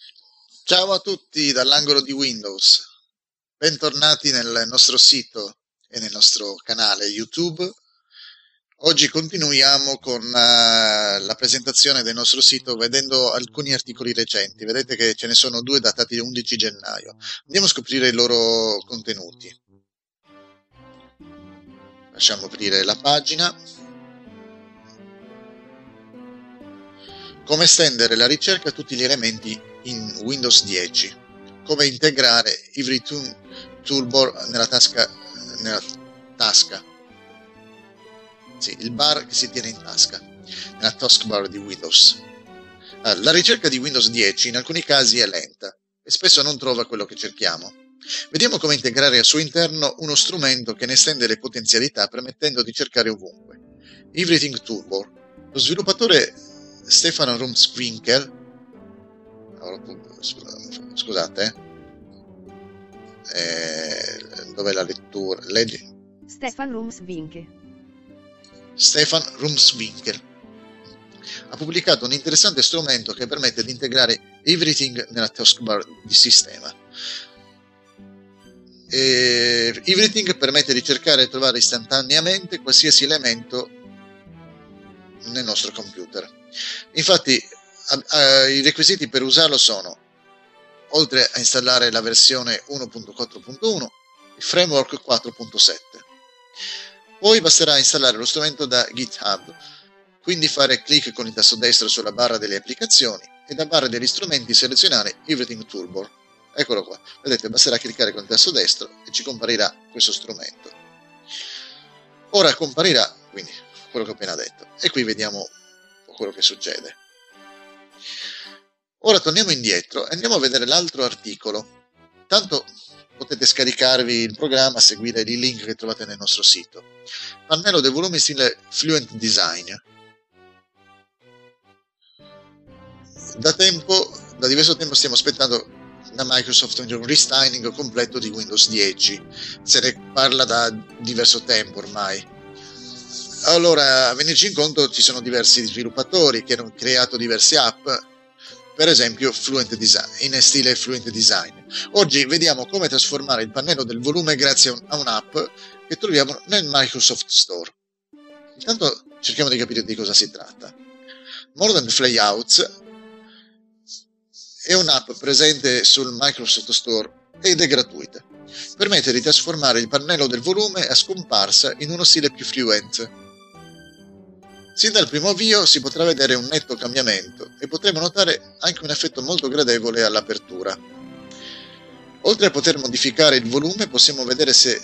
Ciao a tutti dall'angolo di Windows, bentornati nel nostro sito e nel nostro canale YouTube. Oggi continuiamo con la presentazione del nostro sito vedendo alcuni articoli recenti. Vedete che ce ne sono due datati 11 gennaio. Andiamo a scoprire i loro contenuti. Lasciamo aprire la pagina. Come estendere la ricerca a tutti gli elementi in Windows 10. Come integrare Every Toolbar nella tasca. Sì, il bar che si tiene in tasca, nella taskbar di Windows. La ricerca di Windows 10 in alcuni casi è lenta e spesso non trova quello che cerchiamo. Vediamo come integrare al suo interno uno strumento che ne estende le potenzialità permettendo di cercare ovunque. Everything Toolbar. Lo sviluppatore Stefan Rumswinkel, scusate, dov'è la lettura? Leggi. Stefan Rumswinkel ha pubblicato un interessante strumento che permette di integrare Everything nella taskbar di sistema. Everything permette di cercare e trovare istantaneamente qualsiasi elemento nel nostro computer. Infatti i requisiti per usarlo sono, oltre a installare la versione 1.4.1, il framework 4.7. Poi basterà installare lo strumento da GitHub, quindi fare clic con il tasto destro sulla barra delle applicazioni e da barra degli strumenti selezionare Everything Toolbar. Eccolo qua, vedete, basterà cliccare con il tasto destro e ci comparirà questo strumento. Ora comparirà, quindi, quello che ho appena detto, e qui vediamo quello che succede. Ora torniamo indietro e andiamo a vedere l'altro articolo. Tanto potete scaricarvi il programma, seguire i link che trovate nel nostro sito. Pannello del volume in stile Fluent Design. Da diverso tempo stiamo aspettando da Microsoft un restyling completo di Windows 10. Se ne parla da diverso tempo ormai. Allora, a venirci incontro ci sono diversi sviluppatori che hanno creato diverse app, per esempio Fluent Design, in stile Fluent Design. Oggi vediamo come trasformare il pannello del volume grazie a un'app che troviamo nel Microsoft Store. Intanto cerchiamo di capire di cosa si tratta. Modern Flyouts è un'app presente sul Microsoft Store ed è gratuita. Permette di trasformare il pannello del volume a scomparsa in uno stile più fluent. Sin dal primo avvio si potrà vedere un netto cambiamento e potremo notare anche un effetto molto gradevole all'apertura. Oltre a poter modificare il volume, possiamo vedere se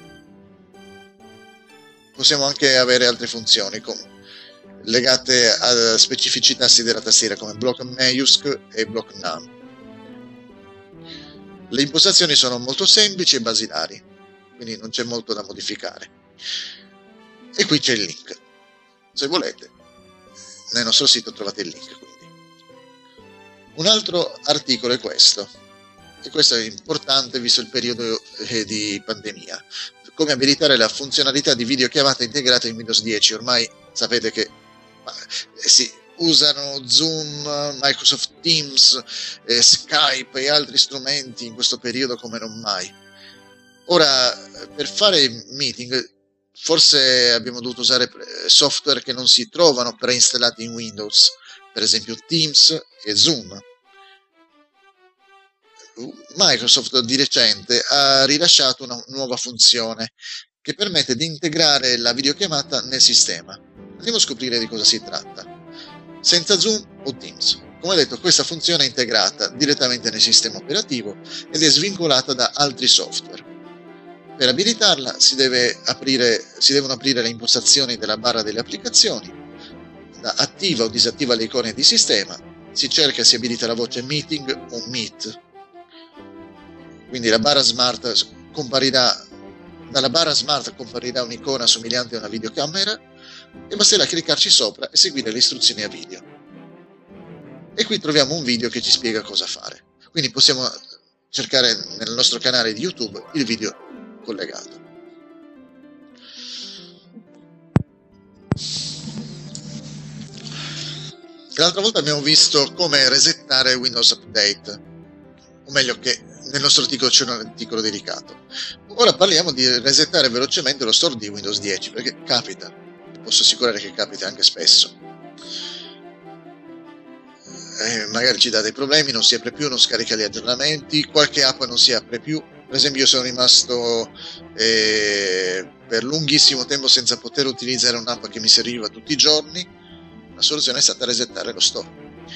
possiamo anche avere altre funzioni legate a specifici tasti della tastiera come Block Maiusc e Block Num. Le impostazioni sono molto semplici e basilari, quindi non c'è molto da modificare. E qui c'è il link. Se volete, nel nostro sito trovate il link. Quindi. Un altro articolo è questo, e questo è importante visto il periodo di pandemia. Come abilitare la funzionalità di videochiamata integrata in Windows 10. Ormai sapete che si usano Zoom, Microsoft Teams, Skype e altri strumenti in questo periodo come non mai. Ora, per fare meeting forse abbiamo dovuto usare software che non si trovano preinstallati in Windows, per esempio Teams e Zoom. Microsoft di recente ha rilasciato una nuova funzione che permette di integrare la videochiamata nel sistema. Andiamo a scoprire di cosa si tratta. Senza Zoom o Teams. Come detto, questa funzione è integrata direttamente nel sistema operativo ed è svincolata da altri software. Per abilitarla si devono aprire le impostazioni della barra delle applicazioni, da attiva o disattiva le icone di sistema, si cerca e si abilita la voce Meeting o Meet. Quindi dalla barra smart comparirà un'icona somigliante a una videocamera e basterà cliccarci sopra e seguire le istruzioni a video. E qui troviamo un video che ci spiega cosa fare. Quindi possiamo cercare nel nostro canale di YouTube il video collegato. l'altra volta abbiamo visto come resettare Windows Update, o meglio che nel nostro articolo c'è un articolo dedicato. Ora parliamo di resettare velocemente lo store di Windows 10, perché capita, posso assicurare che capita anche spesso. Magari ci dà dei problemi, non si apre più, non scarica gli aggiornamenti, qualche app non si apre più. Per esempio io sono rimasto per lunghissimo tempo senza poter utilizzare un'app che mi serviva tutti i giorni. La soluzione è stata resettare lo store.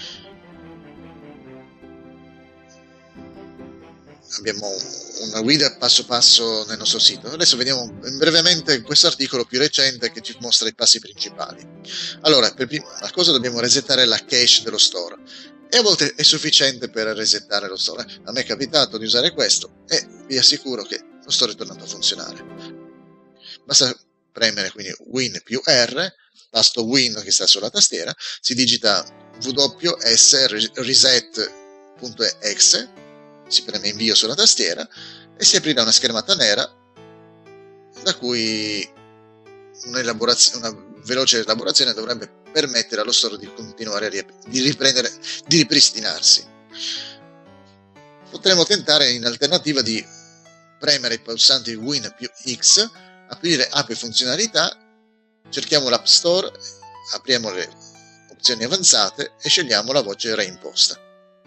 Abbiamo una guida passo passo nel nostro sito. Adesso vediamo brevemente questo articolo più recente che ci mostra i passi principali. Allora, per prima cosa dobbiamo resettare la cache dello store, e a volte è sufficiente per resettare lo store. A me è capitato di usare questo e vi assicuro che lo store è tornato a funzionare. Basta premere quindi Win più R, tasto Win che sta sulla tastiera, si digita WS reset.exe, si preme invio sulla tastiera e si aprirà una schermata nera da cui una veloce elaborazione dovrebbe permettere allo store di continuare di ripristinarsi. Potremmo tentare in alternativa di premere i pulsanti Win più X, aprire app e funzionalità, cerchiamo l'App Store, apriamo le opzioni avanzate e scegliamo la voce reimposta.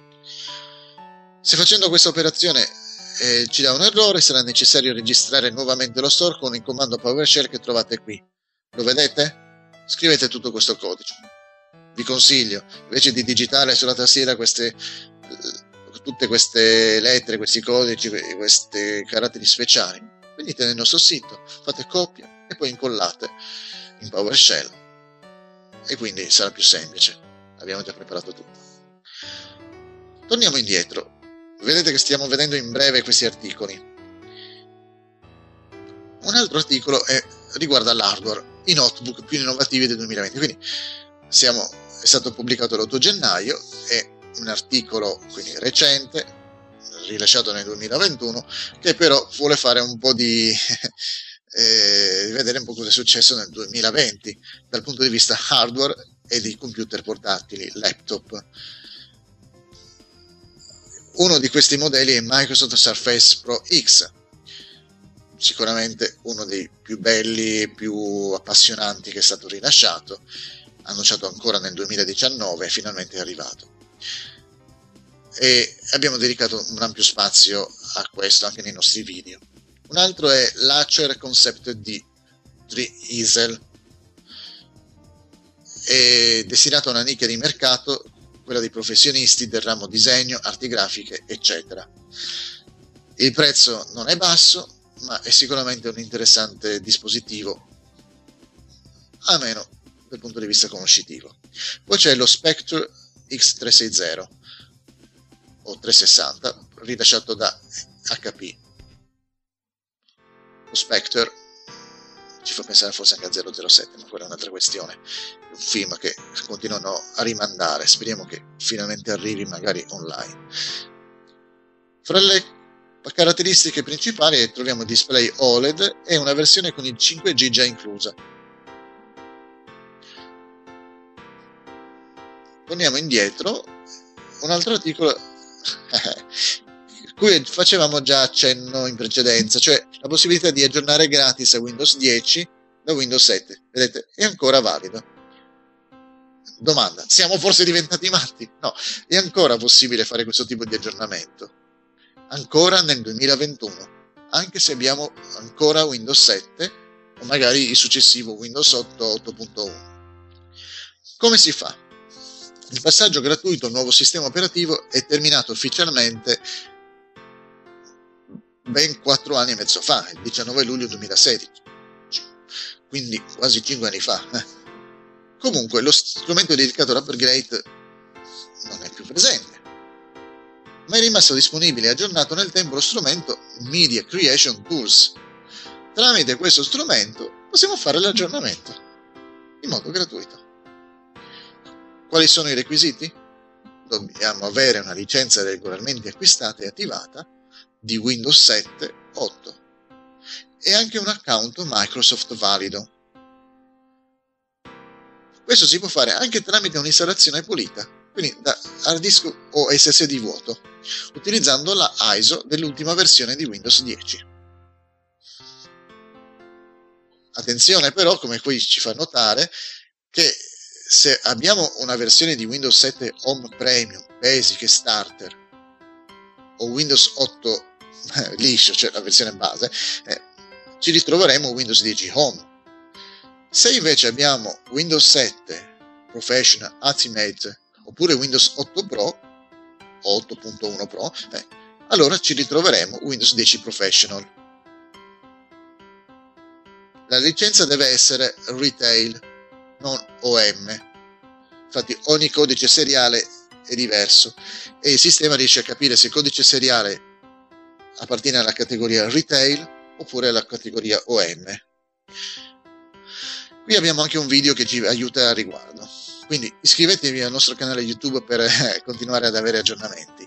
Se facendo questa operazione ci dà un errore, sarà necessario registrare nuovamente lo store con il comando PowerShell che trovate qui. Lo vedete? Scrivete tutto questo codice. Vi consiglio, invece di digitare sulla tastiera tutte queste lettere, questi codici, questi caratteri speciali, venite nel nostro sito, fate copia e poi incollate in PowerShell e quindi sarà più semplice. Abbiamo già preparato tutto. Torniamo indietro. Vedete che stiamo vedendo in breve questi articoli. Un altro articolo riguarda l'hardware, i notebook più innovativi del 2020. Quindi è stato pubblicato l'8 gennaio, è un articolo quindi recente, rilasciato nel 2021, che però vuole fare un po' di vedere un po' cosa è successo nel 2020 dal punto di vista hardware e di computer portatili, laptop. Uno di questi modelli è Microsoft Surface Pro X, sicuramente uno dei più belli e più appassionanti che è stato rilasciato, annunciato ancora nel 2019, è finalmente arrivato. E abbiamo dedicato un ampio spazio a questo anche nei nostri video. Un altro è l'Acer Concept D3 Easel, è destinato a una nicchia di mercato, quella dei professionisti del ramo disegno, arti grafiche, eccetera. Il prezzo non è basso, ma è sicuramente un interessante dispositivo, almeno dal punto di vista conoscitivo. Poi c'è lo Spectre X360 o 360, rilasciato da HP. Lo Spectre ci fa pensare forse anche a 007, ma quella è un'altra questione. È un film che continuano a rimandare, speriamo che finalmente arrivi magari online. Fra le caratteristiche principali troviamo il display OLED e una versione con il 5G già inclusa. Torniamo indietro, un altro articolo cui facevamo già accenno in precedenza, cioè la possibilità di aggiornare gratis a Windows 10 da Windows 7. Vedete, è ancora valido. Domanda, siamo forse diventati matti? No, è ancora possibile fare questo tipo di aggiornamento. Ancora nel 2021, anche se abbiamo ancora Windows 7 o magari il successivo Windows 8 8.1. Come si fa? Il passaggio gratuito al nuovo sistema operativo è terminato ufficialmente ben 4 anni e mezzo fa, il 19 luglio 2016, quindi quasi 5 anni fa. Comunque lo strumento dedicato all'upgrade non è più presente, ma è rimasto disponibile e aggiornato nel tempo lo strumento Media Creation Tools. Tramite questo strumento possiamo fare l'aggiornamento in modo gratuito. Quali sono i requisiti? Dobbiamo avere una licenza regolarmente acquistata e attivata di Windows 7 8 e anche un account Microsoft valido. Questo si può fare anche tramite un'installazione pulita, quindi da hard disk o SSD vuoto, utilizzando la ISO dell'ultima versione di Windows 10. Attenzione però, come qui ci fa notare, che se abbiamo una versione di Windows 7 Home Premium, Basic e Starter, o Windows 8 liscio, cioè la versione base, ci ritroveremo Windows 10 Home. Se invece abbiamo Windows 7 Professional, Ultimate oppure Windows 8 Pro o 8.1 Pro, allora ci ritroveremo Windows 10 Professional. La licenza deve essere retail, non OM. Infatti ogni codice seriale è diverso e il sistema riesce a capire se il codice seriale appartiene alla categoria retail oppure alla categoria OM. Qui abbiamo anche un video che ci aiuta a riguardo, quindi iscrivetevi al nostro canale YouTube per continuare ad avere aggiornamenti.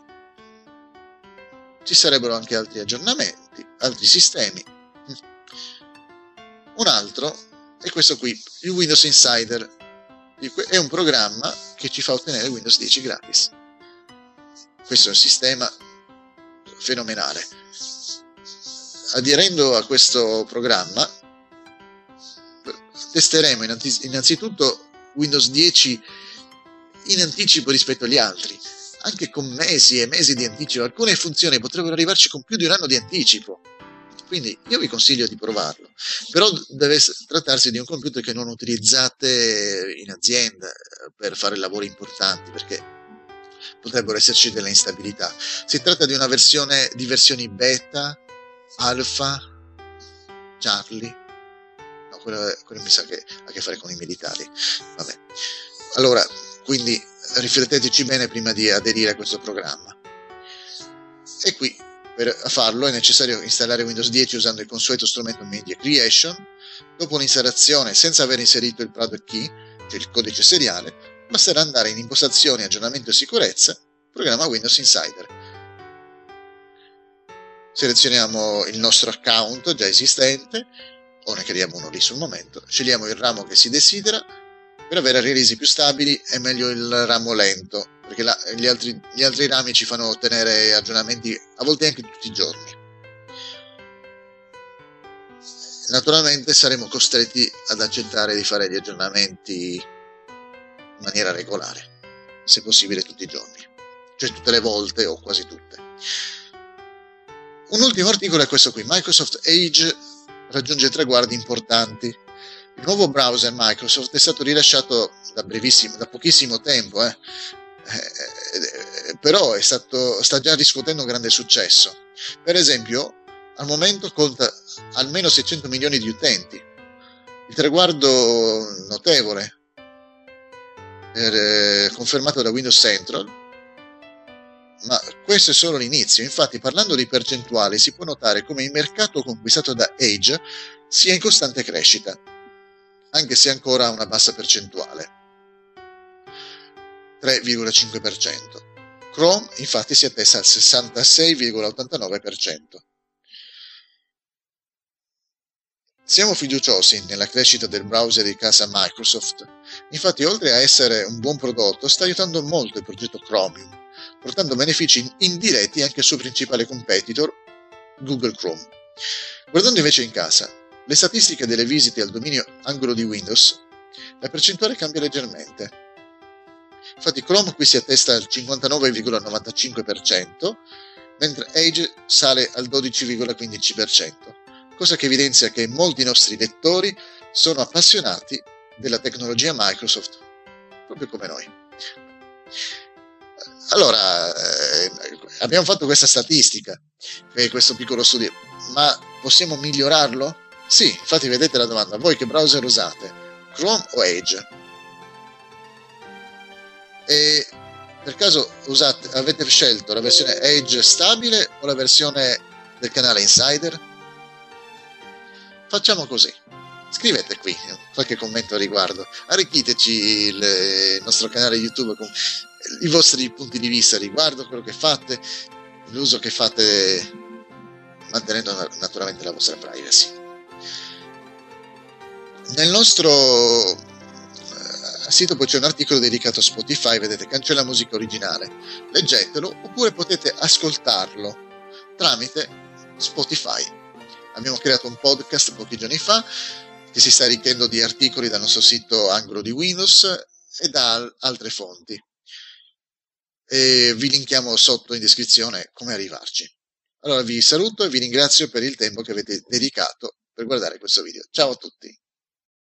Ci sarebbero anche altri aggiornamenti, altri sistemi. Un altro è questo qui, il Windows Insider. È un programma che ci fa ottenere Windows 10 gratis. Questo è un sistema fenomenale. Aderendo a questo programma testeremo innanzitutto Windows 10 in anticipo rispetto agli altri, anche con mesi e mesi di anticipo. Alcune funzioni potrebbero arrivarci con più di un anno di anticipo, quindi io vi consiglio di provarlo, però deve trattarsi di un computer che non utilizzate in azienda per fare lavori importanti, perché potrebbero esserci delle instabilità. Si tratta di una versione di versioni beta, alfa, Charlie. No, quello mi sa che ha a che fare con i militari. Vabbè. Allora, quindi rifletteteci bene prima di aderire a questo programma. E qui, per farlo, è necessario installare Windows 10 usando il consueto strumento Media Creation. Dopo l'installazione, senza aver inserito il product key, cioè il codice seriale, basterà andare in impostazioni, aggiornamento e sicurezza, programma Windows Insider. Selezioniamo il nostro account già esistente, o ne creiamo uno lì sul momento, scegliamo il ramo che si desidera. Per avere release più stabili è meglio il ramo lento, perché gli altri rami ci fanno ottenere aggiornamenti a volte anche tutti i giorni. Naturalmente saremo costretti ad accettare di fare gli aggiornamenti in maniera regolare, se possibile tutti i giorni, cioè tutte le volte o quasi tutte. Un ultimo articolo è questo qui: Microsoft Edge raggiunge traguardi importanti. Il nuovo browser Microsoft è stato rilasciato da pochissimo tempo, però sta già riscuotendo un grande successo. Per esempio, al momento conta almeno 600 milioni di utenti. Il traguardo notevole, confermato da Windows Central, ma questo è solo l'inizio. Infatti, parlando di percentuali, si può notare come il mercato conquistato da Edge sia in costante crescita, anche se ancora a una bassa percentuale, 3,5%. Chrome infatti si attesta al 66,89%. Siamo fiduciosi nella crescita del browser di casa Microsoft. Infatti, oltre a essere un buon prodotto, sta aiutando molto il progetto Chromium, portando benefici indiretti anche al suo principale competitor, Google Chrome. Guardando invece in casa le statistiche delle visite al dominio angolo di Windows, la percentuale cambia leggermente. Infatti Chrome qui si attesta al 59,95%, mentre Edge sale al 12,15%, cosa che evidenzia che molti nostri lettori sono appassionati della tecnologia Microsoft, proprio come noi. Allora, abbiamo fatto questa statistica, questo piccolo studio, ma possiamo migliorarlo? Sì, infatti vedete la domanda: voi che browser usate, Chrome o Edge? E per caso avete scelto la versione Edge stabile o la versione del canale Insider? Facciamo così: scrivete qui qualche commento a riguardo, arricchiteci il nostro canale YouTube con i vostri punti di vista riguardo quello che fate, l'uso che fate, mantenendo naturalmente la vostra privacy. Nel nostro sito poi c'è un articolo dedicato a Spotify, vedete, cancella musica originale. Leggetelo, oppure potete ascoltarlo tramite Spotify. Abbiamo creato un podcast pochi giorni fa che si sta arricchendo di articoli dal nostro sito Angolo di Windows e da altre fonti. E vi linkiamo sotto in descrizione come arrivarci. Allora vi saluto e vi ringrazio per il tempo che avete dedicato per guardare questo video. Ciao a tutti!